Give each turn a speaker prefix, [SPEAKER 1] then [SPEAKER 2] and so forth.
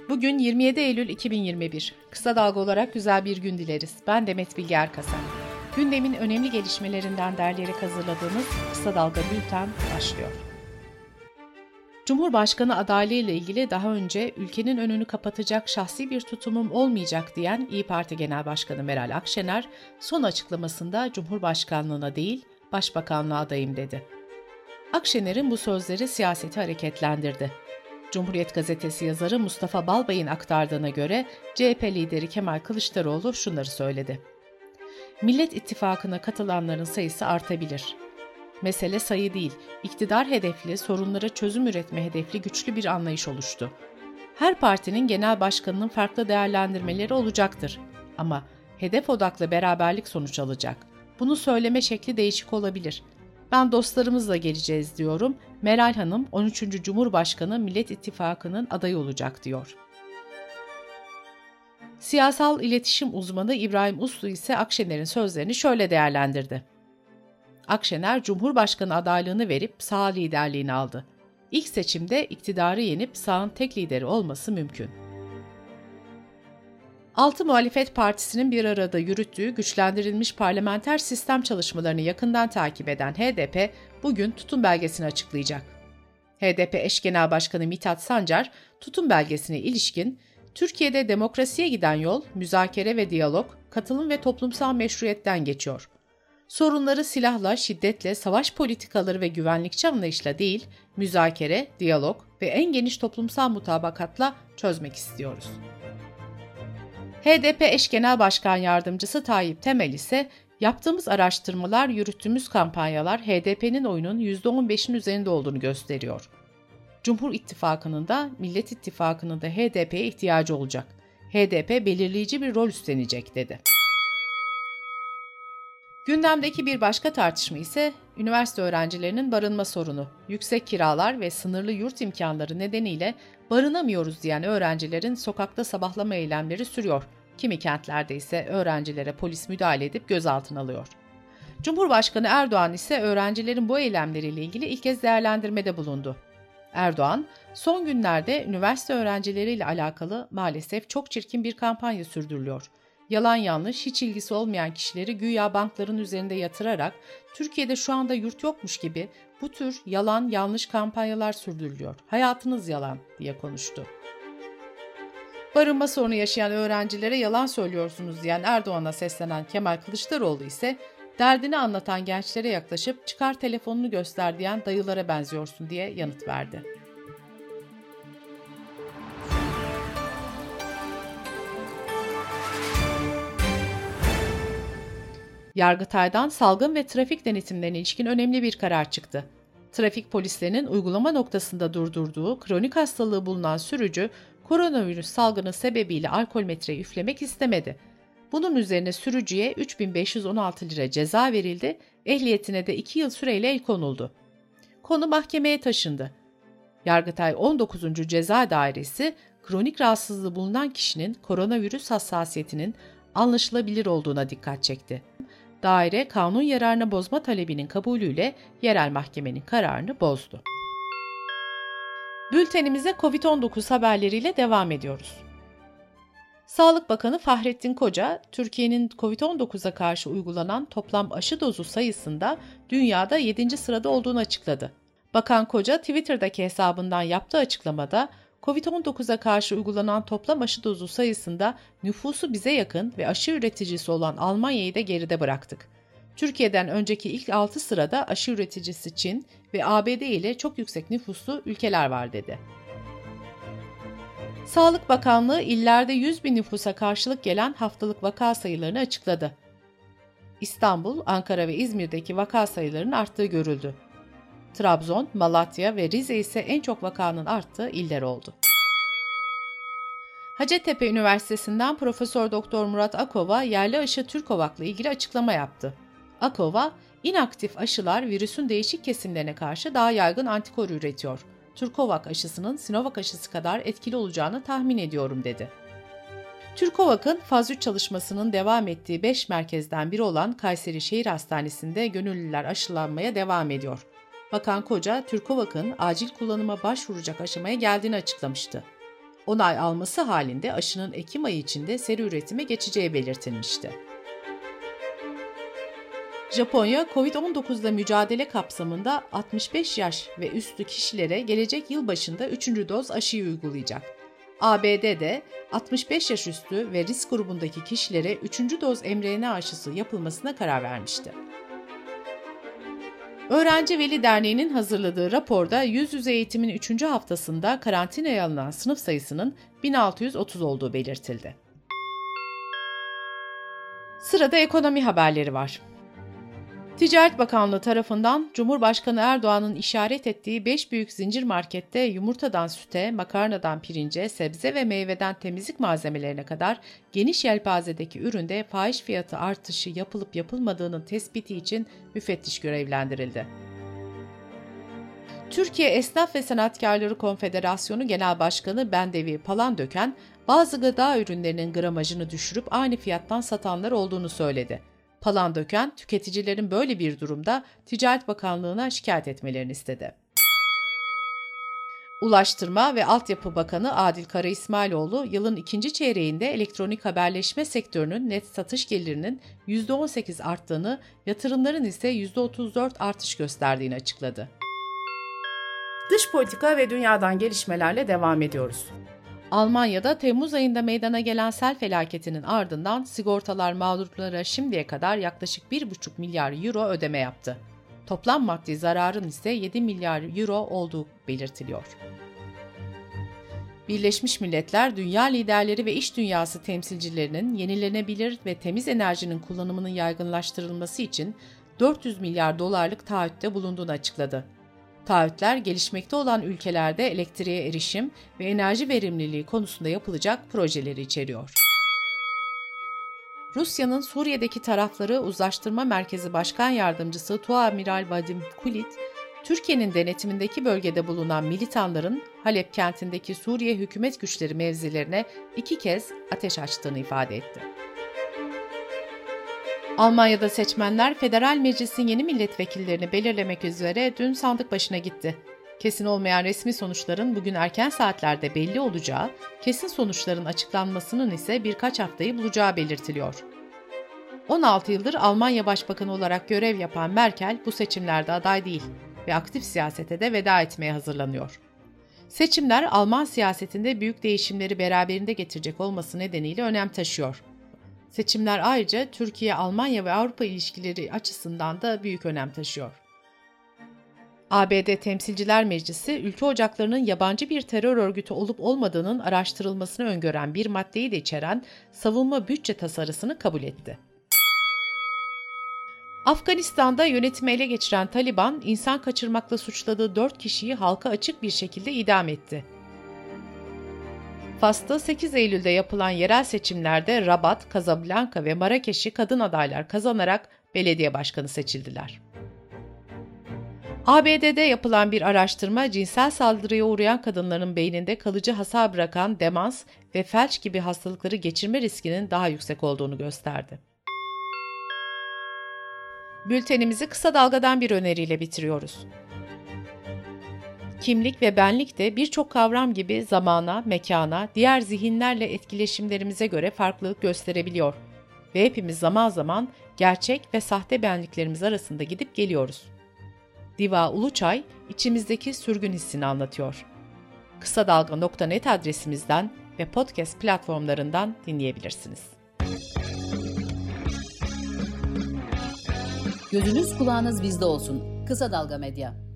[SPEAKER 1] Bugün 27 Eylül 2021. Kısa Dalga olarak güzel bir gün dileriz. Ben Demet Bilge Erkasap. Gündemin önemli gelişmelerinden derleyerek hazırladığımız Kısa Dalga Bülten başlıyor. Cumhurbaşkanı adaylığı ile ilgili daha önce ülkenin önünü kapatacak şahsi bir tutumum olmayacak diyen İYİ Parti Genel Başkanı Meral Akşener, son açıklamasında Cumhurbaşkanlığına değil, Başbakanlığa adayım dedi. Akşener'in bu sözleri siyaseti hareketlendirdi. Cumhuriyet Gazetesi yazarı Mustafa Balbay'ın aktardığına göre CHP lideri Kemal Kılıçdaroğlu şunları söyledi. Millet İttifakı'na katılanların sayısı artabilir. Mesele sayı değil, iktidar hedefli, sorunlara çözüm üretme hedefli güçlü bir anlayış oluştu. Her partinin genel başkanının farklı değerlendirmeleri olacaktır. Ama hedef odaklı beraberlik sonuç alacak. Bunu söyleme şekli değişik olabilir. Ben dostlarımızla geleceğiz diyorum. Meral Hanım 13. Cumhurbaşkanı Millet İttifakı'nın adayı olacak diyor. Siyasal iletişim uzmanı İbrahim Uslu ise Akşener'in sözlerini şöyle değerlendirdi. Akşener, Cumhurbaşkanı adaylığını verip sağ liderliğini aldı. İlk seçimde iktidarı yenip sağın tek lideri olması mümkün. Altı Muhalefet Partisi'nin bir arada yürüttüğü güçlendirilmiş parlamenter sistem çalışmalarını yakından takip eden HDP, bugün tutum belgesini açıklayacak. HDP eş genel başkanı Mithat Sancar, tutum belgesine ilişkin, Türkiye'de demokrasiye giden yol, müzakere ve diyalog, katılım ve toplumsal meşruiyetten geçiyor. Sorunları silahla, şiddetle, savaş politikaları ve güvenlikçi anlayışla değil, müzakere, diyalog ve en geniş toplumsal mutabakatla çözmek istiyoruz. HDP eş genel başkan yardımcısı Tayyip Temel ise yaptığımız araştırmalar, yürüttüğümüz kampanyalar HDP'nin oyunun %15'in üzerinde olduğunu gösteriyor. Cumhur İttifakı'nın da Millet İttifakı'nın da HDP'ye ihtiyacı olacak. HDP belirleyici bir rol üstlenecek dedi. Gündemdeki bir başka tartışma ise üniversite öğrencilerinin barınma sorunu. Yüksek kiralar ve sınırlı yurt imkanları nedeniyle barınamıyoruz diyen öğrencilerin sokakta sabahlama eylemleri sürüyor. Kimi kentlerde ise öğrencilere polis müdahale edip gözaltına alıyor. Cumhurbaşkanı Erdoğan ise öğrencilerin bu eylemleriyle ilgili ilk kez değerlendirmede bulundu. Erdoğan, son günlerde üniversite öğrencileriyle alakalı maalesef çok çirkin bir kampanya sürdürülüyor. Yalan yanlış, hiç ilgisi olmayan kişileri güya bankların üzerinde yatırarak Türkiye'de şu anda yurt yokmuş gibi bu tür yalan yanlış kampanyalar sürdürülüyor. Hayatınız yalan diye konuştu. Barınma sorunu yaşayan öğrencilere yalan söylüyorsunuz diyen Erdoğan'a seslenen Kemal Kılıçdaroğlu ise derdini anlatan gençlere yaklaşıp çıkar telefonunu göster diyen dayılara benziyorsun diye yanıt verdi. Yargıtay'dan salgın ve trafik denetimlerine ilişkin önemli bir karar çıktı. Trafik polislerinin uygulama noktasında durdurduğu kronik hastalığı bulunan sürücü, koronavirüs salgını sebebiyle alkol metreyi üflemek istemedi. Bunun üzerine sürücüye 3.516 lira ceza verildi, ehliyetine de 2 yıl süreyle el konuldu. Konu mahkemeye taşındı. Yargıtay 19. Ceza Dairesi, kronik rahatsızlığı bulunan kişinin koronavirüs hassasiyetinin anlaşılabilir olduğuna dikkat çekti. Daire, kanun yararına bozma talebinin kabulüyle yerel mahkemenin kararını bozdu. Bültenimize COVID-19 haberleriyle devam ediyoruz. Sağlık Bakanı Fahrettin Koca, Türkiye'nin COVID-19'a karşı uygulanan toplam aşı dozu sayısında dünyada 7. sırada olduğunu açıkladı. Bakan Koca, Twitter'daki hesabından yaptığı açıklamada, COVID-19'a karşı uygulanan toplam aşı dozu sayısında nüfusu bize yakın ve aşı üreticisi olan Almanya'yı da geride bıraktık. Türkiye'den önceki ilk 6 sırada aşı üreticisi Çin ve ABD ile çok yüksek nüfuslu ülkeler var dedi. Sağlık Bakanlığı illerde 100 bin nüfusa karşılık gelen haftalık vaka sayılarını açıkladı. İstanbul, Ankara ve İzmir'deki vaka sayılarının arttığı görüldü. Trabzon, Malatya ve Rize ise en çok vakanın arttığı iller oldu. Hacettepe Üniversitesi'nden Profesör Doktor Murat Akova yerli aşı Türkovak'la ilgili açıklama yaptı. Akova, inaktif aşılar virüsün değişik kesimlerine karşı daha yaygın antikor üretiyor. Türkovak aşısının Sinovac aşısı kadar etkili olacağını tahmin ediyorum dedi. Türkovak'ın faz 3 çalışmasının devam ettiği 5 merkezden biri olan Kayseri Şehir Hastanesi'nde gönüllüler aşılanmaya devam ediyor. Bakan Koca, Türkovak'ın acil kullanıma başvuracak aşamaya geldiğini açıklamıştı. Onay alması halinde aşının Ekim ayı içinde seri üretime geçeceği belirtilmişti. Japonya, Covid-19 ile mücadele kapsamında 65 yaş ve üstü kişilere gelecek yıl başında 3. doz aşıyı uygulayacak. ABD de 65 yaş üstü ve risk grubundaki kişilere 3. doz mRNA aşısı yapılmasına karar vermişti. Öğrenci Veli Derneği'nin hazırladığı raporda yüz yüze eğitimin 3. haftasında karantinaya alınan sınıf sayısının 1630 olduğu belirtildi. Sırada ekonomi haberleri var. Ticaret Bakanlığı tarafından Cumhurbaşkanı Erdoğan'ın işaret ettiği 5 büyük zincir markette yumurtadan süte, makarnadan pirince, sebze ve meyveden temizlik malzemelerine kadar geniş yelpazedeki üründe fahiş fiyatı artışı yapılıp yapılmadığının tespiti için müfettiş görevlendirildi. Türkiye Esnaf ve Sanatkarları Konfederasyonu Genel Başkanı Bendevi Palandöken, bazı gıda ürünlerinin gramajını düşürüp aynı fiyattan satanlar olduğunu söyledi. Palandöken, tüketicilerin böyle bir durumda Ticaret Bakanlığı'na şikayet etmelerini istedi. Ulaştırma ve Altyapı Bakanı Adil Kara İsmailoğlu, yılın ikinci çeyreğinde elektronik haberleşme sektörünün net satış gelirinin %18 arttığını, yatırımların ise %34 artış gösterdiğini açıkladı. Dış politika ve dünyadan gelişmelerle devam ediyoruz. Almanya'da Temmuz ayında meydana gelen sel felaketinin ardından sigortalar mağdurlara şimdiye kadar yaklaşık 1,5 milyar euro ödeme yaptı. Toplam maddi zararın ise 7 milyar euro olduğu belirtiliyor. Birleşmiş Milletler, dünya liderleri ve iş dünyası temsilcilerinin yenilenebilir ve temiz enerjinin kullanımının yaygınlaştırılması için 400 milyar dolarlık taahhütte bulunduğunu açıkladı. Taahhütler, gelişmekte olan ülkelerde elektriğe erişim ve enerji verimliliği konusunda yapılacak projeleri içeriyor. Rusya'nın Suriye'deki tarafları Uzlaştırma Merkezi Başkan Yardımcısı Tuamiral Vadim Kulit, Türkiye'nin denetimindeki bölgede bulunan militanların Halep kentindeki Suriye hükümet güçleri mevzilerine 2 kez ateş açtığını ifade etti. Almanya'da seçmenler Federal Meclis'in yeni milletvekillerini belirlemek üzere dün sandık başına gitti. Kesin olmayan resmi sonuçların bugün erken saatlerde belli olacağı, kesin sonuçların açıklanmasının ise birkaç haftayı bulacağı belirtiliyor. 16 yıldır Almanya Başbakanı olarak görev yapan Merkel bu seçimlerde aday değil ve aktif siyasete de veda etmeye hazırlanıyor. Seçimler Alman siyasetinde büyük değişimleri beraberinde getirecek olması nedeniyle önem taşıyor. Seçimler ayrıca Türkiye, Almanya ve Avrupa ilişkileri açısından da büyük önem taşıyor. ABD Temsilciler Meclisi, ülke ocaklarının yabancı bir terör örgütü olup olmadığının araştırılmasını öngören bir maddeyi de içeren savunma bütçe tasarısını kabul etti. Afganistan'da yönetimi ele geçiren Taliban, insan kaçırmakla suçladığı 4 kişiyi halka açık bir şekilde idam etti. Fas'ta 8 Eylül'de yapılan yerel seçimlerde Rabat, Casablanca ve Marrakeş'i kadın adaylar kazanarak belediye başkanı seçildiler. ABD'de yapılan bir araştırma, cinsel saldırıya uğrayan kadınların beyninde kalıcı hasar bırakan demans ve felç gibi hastalıkları geçirme riskinin daha yüksek olduğunu gösterdi. Bültenimizi kısa dalgadan bir öneriyle bitiriyoruz. Kimlik ve benlik de birçok kavram gibi zamana, mekana, diğer zihinlerle etkileşimlerimize göre farklılık gösterebiliyor ve hepimiz zaman zaman gerçek ve sahte benliklerimiz arasında gidip geliyoruz. Diva Uluçay, içimizdeki sürgün hissini anlatıyor. kısadalga.net adresimizden ve podcast platformlarından dinleyebilirsiniz.
[SPEAKER 2] Gözünüz kulağınız bizde olsun. Kısa Dalga Medya.